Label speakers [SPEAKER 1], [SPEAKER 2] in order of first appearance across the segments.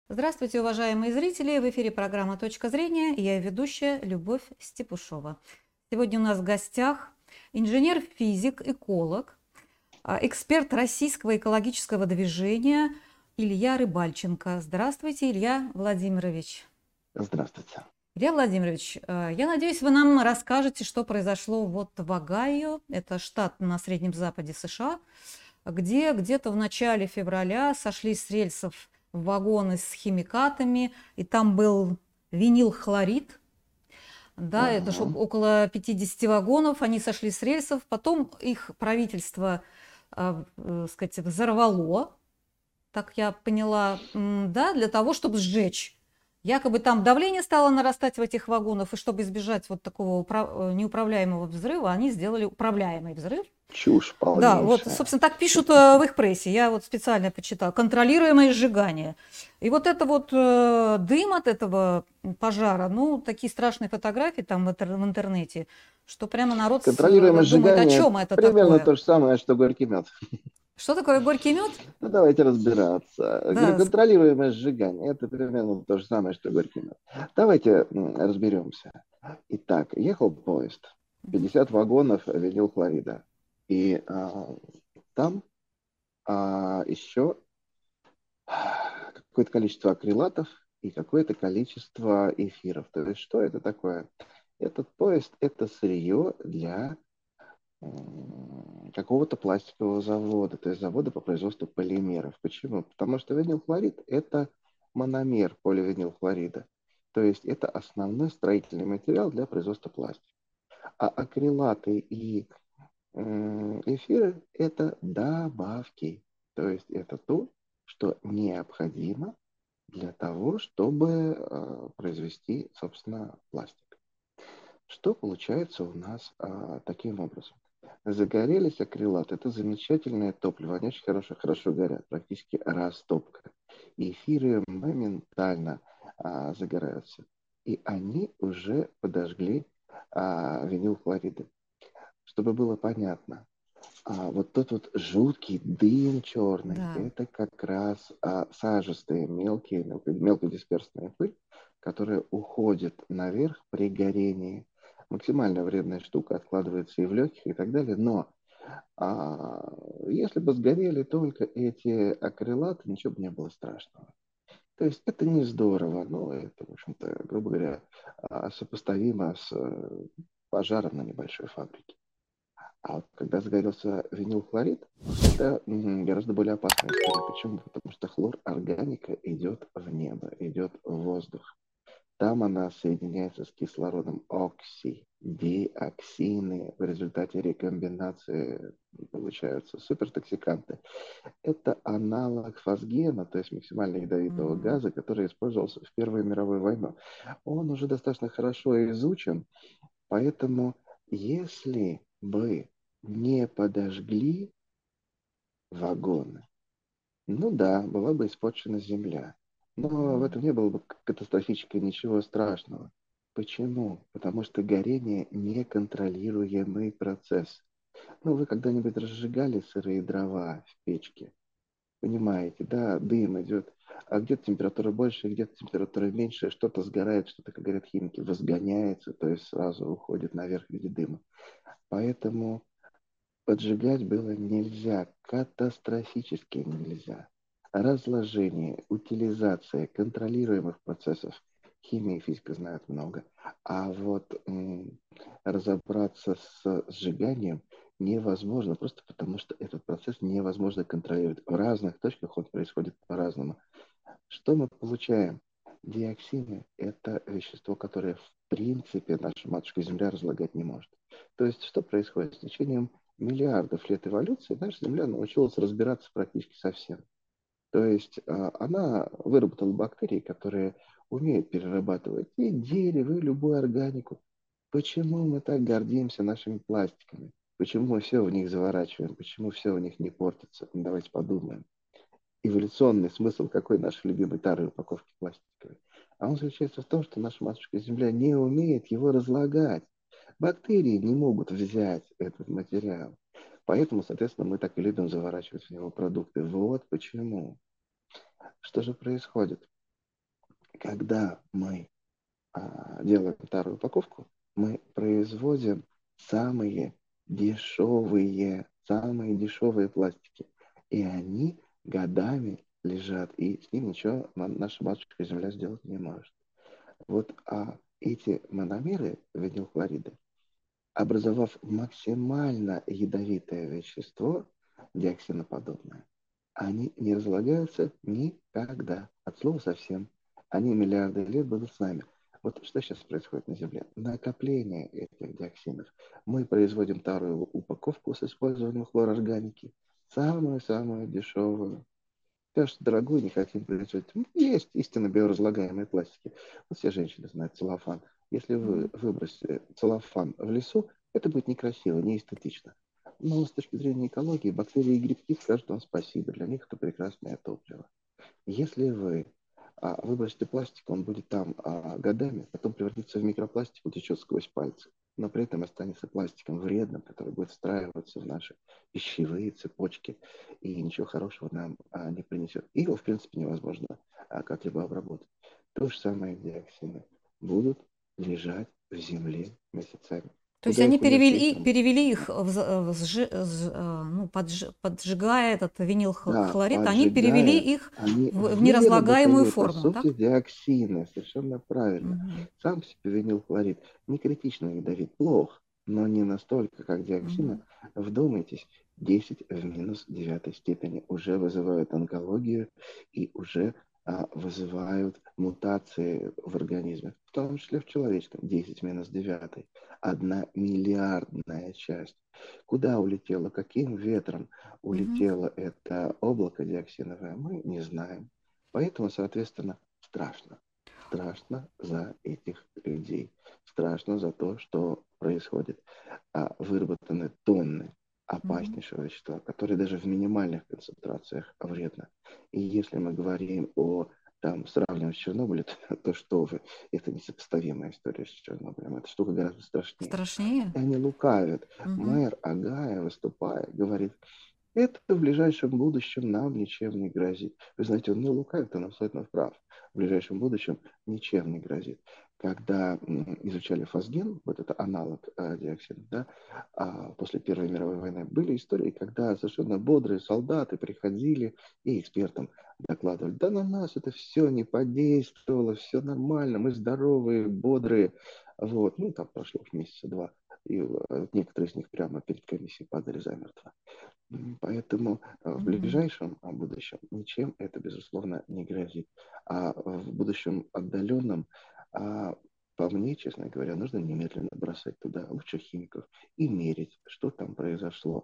[SPEAKER 1] Здравствуйте, уважаемые зрители! В эфире программа «Точка зрения» и я ведущая Любовь Степушова. Сегодня у нас в гостях инженер-физик, эколог, эксперт российского экологического движения Илья Рыбальченко. Здравствуйте, Илья Владимирович.
[SPEAKER 2] Здравствуйте.
[SPEAKER 1] Илья Владимирович, я надеюсь, вы нам расскажете, что произошло вот в Огайо, это штат на Среднем Западе США, где где-то в начале февраля сошли с рельсов вагоны с химикатами, и там был винилхлорид. Да, это ж
[SPEAKER 2] Ага.
[SPEAKER 1] около 50 вагонов, они сошли с рельсов, потом их правительство, сказать, взорвало, так я поняла, да, для того, чтобы сжечь. Якобы там давление стало нарастать в этих вагонах, и чтобы избежать вот такого неуправляемого взрыва, они сделали управляемый взрыв.
[SPEAKER 2] Чушь
[SPEAKER 1] Да, вот,
[SPEAKER 2] полнейшая.
[SPEAKER 1] собственно, так пишут в их прессе. Я вот специально почитала. Контролируемое сжигание. И вот это вот дым от этого пожара, ну, такие страшные фотографии там в интернете, что прямо народ
[SPEAKER 2] Контролируемое
[SPEAKER 1] думает, о
[SPEAKER 2] сжигание —
[SPEAKER 1] чем
[SPEAKER 2] это
[SPEAKER 1] это
[SPEAKER 2] примерно
[SPEAKER 1] такое.
[SPEAKER 2] то же самое, что горький мед.
[SPEAKER 1] Что такое горький мед?
[SPEAKER 2] Ну, давайте разбираться. Говорю,
[SPEAKER 1] Да,
[SPEAKER 2] контролируемое сжигание — это примерно то же самое, что горький мед. Давайте разберемся. Итак, ехал поезд. 50 вагонов винилхлорида. И там еще какое-то количество акрилатов и какое-то количество эфиров. То есть что это такое? Этот поезд — это сырье для какого-то пластикового завода, то есть завода по производству полимеров. Почему? Потому что винилхлорид — это мономер поливинилхлорида, то есть это основной строительный материал для производства пластика. А акрилаты и эфиры — это добавки, то есть это то, что необходимо для того, чтобы произвести, собственно, пластик. Что получается у нас таким образом? Загорелись акрилаты. Это замечательное топливо. Они очень хорошо горят. Практически растопка. И эфиры моментально загораются. И они уже подожгли винилхлориды. Чтобы было понятно, вот тот вот жуткий дым черный —
[SPEAKER 1] да.
[SPEAKER 2] это как раз сажистые мелкодисперсная пыль, которая уходит наверх при горении. Максимально вредная штука, откладывается и в легких и так далее. Но если бы сгорели только эти акрилаты, ничего бы не было страшного. То есть это не здорово, но это, в общем-то, грубо говоря, сопоставимо с пожаром на небольшой фабрике. А вот когда загорелся винилхлорид, это гораздо более опасная история. Почему? Потому что хлорорганика идет в небо, идет в воздух. Там она соединяется с кислородом диоксины. В результате рекомбинации получаются супертоксиканты. Это аналог фосгена, то есть максимально ядовитого
[SPEAKER 1] Мгм.
[SPEAKER 2] газа, который использовался в Первую мировую войну. Он уже достаточно хорошо изучен, поэтому если бы не подожгли вагоны, ну да, была бы испорчена земля. Но в этом не было бы катастрофически ничего страшного. Почему? Потому что горение — неконтролируемый процесс. Ну, вы когда-нибудь разжигали сырые дрова в печке? Понимаете, да, дым идет, а где-то температура больше, где-то температура меньше, что-то сгорает, что-то, как говорят химики, возгоняется, то есть сразу уходит наверх в виде дыма. Поэтому поджигать было нельзя, катастрофически нельзя. Разложение, утилизация контролируемых процессов. Химия и физика знают много. А вот разобраться с сжиганием невозможно, просто потому что этот процесс невозможно контролировать. В разных точках он происходит по-разному. Что мы получаем? Диоксины — это вещество, которое в принципе наша матушка Земля разлагать не может. То есть что происходит? С течением миллиардов лет эволюции наша Земля научилась разбираться практически со всем. То есть она выработала бактерии, которые умеют перерабатывать и дерево, и любую органику. Почему мы так гордимся нашими пластиками? Почему мы все в них заворачиваем? Почему все в них не портится? Ну, давайте подумаем. Эволюционный смысл какой нашей любимой тары упаковки пластиковой? А он заключается в том, что наша матушка Земля не умеет его разлагать. Бактерии не могут взять этот материал. Поэтому, соответственно, мы так и любим заворачивать в него продукты. Вот почему. Что же происходит? когда мы делаем вторую упаковку, мы производим самые самые дешевые пластики. И они годами лежат, и с ним ничего наша матушка Земля сделать не может. Вот эти мономеры винилхлорида, образовав максимально ядовитое вещество, диоксиноподобное, они не разлагаются никогда, от слова совсем. Они миллиарды лет будут с нами. Вот что сейчас происходит на Земле? Накопление этих диоксинов. Мы производим вторую упаковку с использованием хлорорганики. Самую-самую дешевую. Кажется, дорогую не хотим производить. Есть истинно биоразлагаемые пластики. Вот все женщины знают целлофан. Если вы
[SPEAKER 1] Мгм.
[SPEAKER 2] выбросите целлофан в лесу, это будет некрасиво, неэстетично. Но с точки зрения экологии, бактерии и грибки скажут вам спасибо. Для них это прекрасное топливо. Если вы выбросите пластик, он будет там годами, потом превратится в микропластик, утечет сквозь пальцы, но при этом останется пластиком вредным, который будет встраиваться в наши пищевые цепочки и ничего хорошего нам не принесет. И его, в принципе, невозможно как-либо обработать. То же самое диоксины будут лежать в земле месяцами.
[SPEAKER 1] То есть
[SPEAKER 2] Куда
[SPEAKER 1] они
[SPEAKER 2] их унесли, там
[SPEAKER 1] перевели их, ну, поджигая этот
[SPEAKER 2] да,
[SPEAKER 1] винилхлорид, они перевели
[SPEAKER 2] поджигая,
[SPEAKER 1] их
[SPEAKER 2] они
[SPEAKER 1] в неразлагаемую
[SPEAKER 2] выработали, по
[SPEAKER 1] форму,
[SPEAKER 2] сути,
[SPEAKER 1] так?
[SPEAKER 2] диоксины. Совершенно правильно.
[SPEAKER 1] Мгм.
[SPEAKER 2] Сам по себе винилхлорид не критично ядовит, плох, но не настолько, как диоксины.
[SPEAKER 1] Мгм.
[SPEAKER 2] Вдумайтесь, 10 в минус девятой степени уже вызывают онкологию и уже вызывают мутации в организме, в том числе в человеческом. 10 в минус девятой. 1 миллиардная часть. Куда улетела, каким ветром
[SPEAKER 1] Мгм.
[SPEAKER 2] улетело это облако диоксиновое, мы не знаем. Поэтому, соответственно, страшно. Страшно за этих людей. Страшно за то, что происходит. Выработаны тонны
[SPEAKER 1] Мгм.
[SPEAKER 2] опаснейшего вещества, которое даже в минимальных концентрациях вредно. И если мы говорим сравниваем с Чернобылем, то что вы, это несопоставимая история с Чернобылем. Эта штука гораздо страшнее.
[SPEAKER 1] Страшнее?
[SPEAKER 2] И они лукавят.
[SPEAKER 1] Мгм.
[SPEAKER 2] Мэр Агая, выступая, говорит, это в ближайшем будущем нам ничем не грозит. Вы знаете, он не лукавит, он абсолютно прав. В ближайшем будущем ничем не грозит. Когда изучали фосген, вот это аналог диоксина, да, после Первой мировой войны, были истории, когда совершенно бодрые солдаты приходили и экспертам докладывали, да на нас это все не подействовало, все нормально, мы здоровые, бодрые. Вот. Ну, там прошло месяца два, и некоторые из них прямо перед комиссией падали замертво. Поэтому в
[SPEAKER 1] Мгм.
[SPEAKER 2] ближайшем будущем ничем это, безусловно, не грозит. А в будущем отдаленном, а, по мне, честно говоря, нужно немедленно бросать туда лучших химиков и мерить, что там произошло.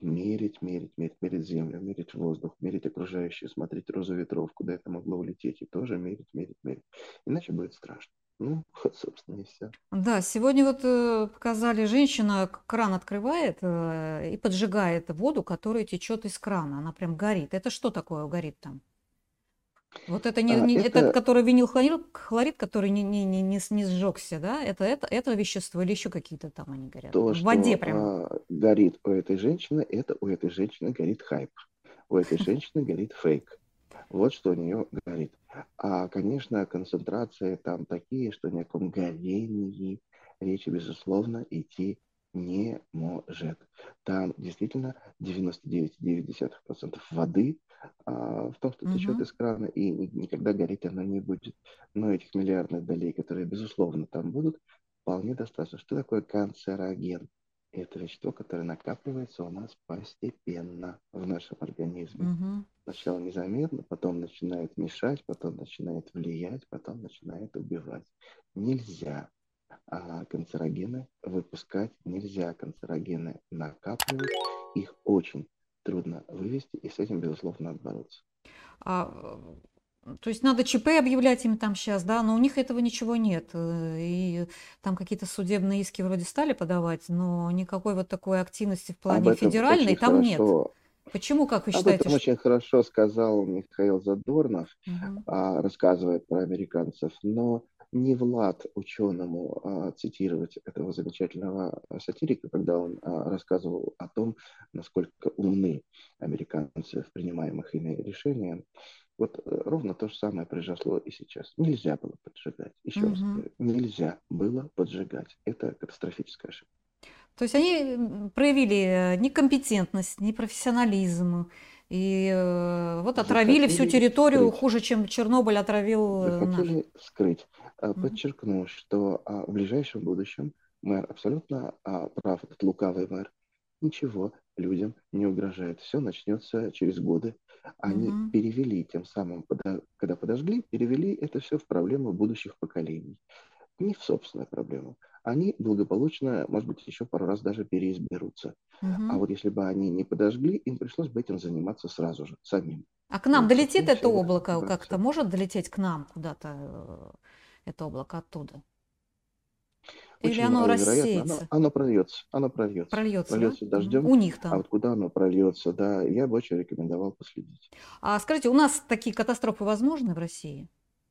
[SPEAKER 2] Мерить землю, мерить воздух, мерить окружающее, смотреть розу ветров, куда это могло улететь, и тоже мерить. Иначе будет страшно. Ну, вот, собственно, и все.
[SPEAKER 1] Да, сегодня вот показали, женщина кран открывает и поджигает воду, которая течет из крана. Она прям горит. Это что такое горит там? Вот это это
[SPEAKER 2] Это
[SPEAKER 1] который хлорид, который не сжегся, да? Это вещество или еще какие-то там они горят?
[SPEAKER 2] то,
[SPEAKER 1] В воде
[SPEAKER 2] что
[SPEAKER 1] прям.
[SPEAKER 2] горит у этой женщины, это у этой женщины горит хайп. У этой женщины горит фейк. Вот что у нее горит. Конечно, концентрации там такие, что ни о каком горении речи, безусловно, идти не может. Там действительно 99,9% воды в том, что течет
[SPEAKER 1] Мгм.
[SPEAKER 2] из крана, и никогда гореть она не будет. Но этих миллиардных долей, которые, безусловно, там будут, вполне достаточно. Что такое канцероген? Это вещество, которое накапливается у нас постепенно в нашем организме.
[SPEAKER 1] Мгм.
[SPEAKER 2] Сначала незаметно, потом начинает мешать, потом начинает влиять, потом начинает убивать. Нельзя канцерогены выпускать, нельзя канцерогены накапливать. Их очень трудно вывести, и с этим, безусловно, надо бороться.
[SPEAKER 1] То есть надо ЧП объявлять им там сейчас, да, но у них этого ничего нет. И там какие-то судебные иски вроде стали подавать, но никакой вот такой активности в
[SPEAKER 2] Об
[SPEAKER 1] плане
[SPEAKER 2] этом
[SPEAKER 1] федеральной
[SPEAKER 2] очень
[SPEAKER 1] там нет.
[SPEAKER 2] хорошо
[SPEAKER 1] Почему, как вы
[SPEAKER 2] Об
[SPEAKER 1] считаете?
[SPEAKER 2] этом очень хорошо сказал Михаил Задорнов,
[SPEAKER 1] Мгм.
[SPEAKER 2] рассказывает про американцев. Но не в лад ученому цитировать этого замечательного сатирика, когда он рассказывал о том, насколько умны американцы в принимаемых ими решениях. Вот ровно то же самое произошло и сейчас. Нельзя было поджигать. Еще раз
[SPEAKER 1] Мгм.
[SPEAKER 2] говорю, нельзя было поджигать. Это катастрофическая ошибка.
[SPEAKER 1] То есть они проявили некомпетентность, непрофессионализм, и вот отравили всю
[SPEAKER 2] Захотели
[SPEAKER 1] территорию
[SPEAKER 2] скрыть.
[SPEAKER 1] хуже, чем Чернобыль отравил наш.
[SPEAKER 2] Захотели скрыть.
[SPEAKER 1] Мгм.
[SPEAKER 2] Подчеркну, что в ближайшем будущем мэр абсолютно прав, этот лукавый мэр. Ничего людям не угрожает. Все начнется через годы. Они
[SPEAKER 1] Мгм.
[SPEAKER 2] перевели тем самым, когда подожгли, перевели это все в проблему будущих поколений. Не в собственную проблему. Они благополучно, может быть, еще пару раз даже переизберутся. А
[SPEAKER 1] Мгм.
[SPEAKER 2] вот если бы они не подожгли, им пришлось бы этим заниматься сразу же, самим.
[SPEAKER 1] А к нам
[SPEAKER 2] Вот
[SPEAKER 1] долетит
[SPEAKER 2] таким
[SPEAKER 1] это
[SPEAKER 2] человеком
[SPEAKER 1] облако
[SPEAKER 2] выбрать
[SPEAKER 1] как-то?
[SPEAKER 2] все.
[SPEAKER 1] Может долететь к нам куда-то это облако оттуда? Или
[SPEAKER 2] Очень
[SPEAKER 1] оно
[SPEAKER 2] маловероятно.
[SPEAKER 1] рассеется,
[SPEAKER 2] Оно прольется. Оно прольется.
[SPEAKER 1] прольется, да?
[SPEAKER 2] Прольется
[SPEAKER 1] Мгм.
[SPEAKER 2] дождем.
[SPEAKER 1] У них
[SPEAKER 2] А
[SPEAKER 1] там.
[SPEAKER 2] вот куда оно прольется, да, я бы очень рекомендовал последить.
[SPEAKER 1] А скажите, у нас такие катастрофы возможны в России?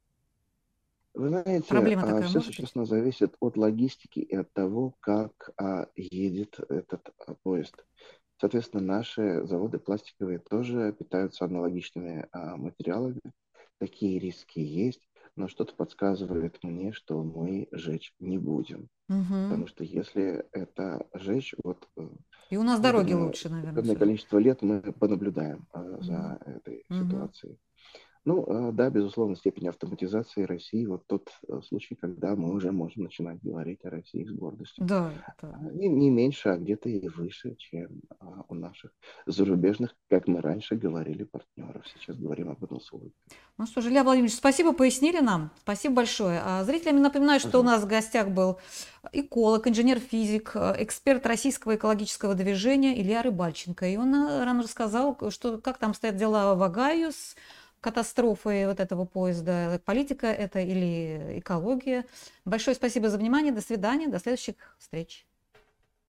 [SPEAKER 2] Вы знаете,
[SPEAKER 1] Проблема такая
[SPEAKER 2] все
[SPEAKER 1] может быть?
[SPEAKER 2] существенно зависит от логистики и от того, как едет этот поезд. Соответственно, наши заводы пластиковые тоже питаются аналогичными материалами. Такие риски есть, но что-то подсказывает мне, что мы жечь не будем.
[SPEAKER 1] Мгм.
[SPEAKER 2] Потому что если это жечь, вот
[SPEAKER 1] И у нас
[SPEAKER 2] я
[SPEAKER 1] дороги
[SPEAKER 2] думаю,
[SPEAKER 1] лучше, наверное,
[SPEAKER 2] энное
[SPEAKER 1] судя.
[SPEAKER 2] количество лет мы понаблюдаем
[SPEAKER 1] Мгм.
[SPEAKER 2] за этой
[SPEAKER 1] Мгм.
[SPEAKER 2] ситуацией. Ну, да, безусловно, степень автоматизации России, вот тот случай, когда мы уже можем начинать говорить о России с гордостью.
[SPEAKER 1] Да, это.
[SPEAKER 2] Не меньше, а где-то и выше, чем у наших зарубежных, как мы раньше говорили, партнеров. Сейчас говорим об этом с улыбкой.
[SPEAKER 1] Ну что ж, Илья Владимирович, спасибо, пояснили нам. Спасибо большое. А зрителям напоминаю, что у нас в
[SPEAKER 2] Пожалуйста.
[SPEAKER 1] гостях был эколог, инженер-физик, эксперт российского экологического движения Илья Рыбальченко. И он нам рассказал, что, как там стоят дела в Огайо с катастрофой вот этого поезда. Политика это или экология. Большое спасибо за внимание. До свидания. До следующих встреч.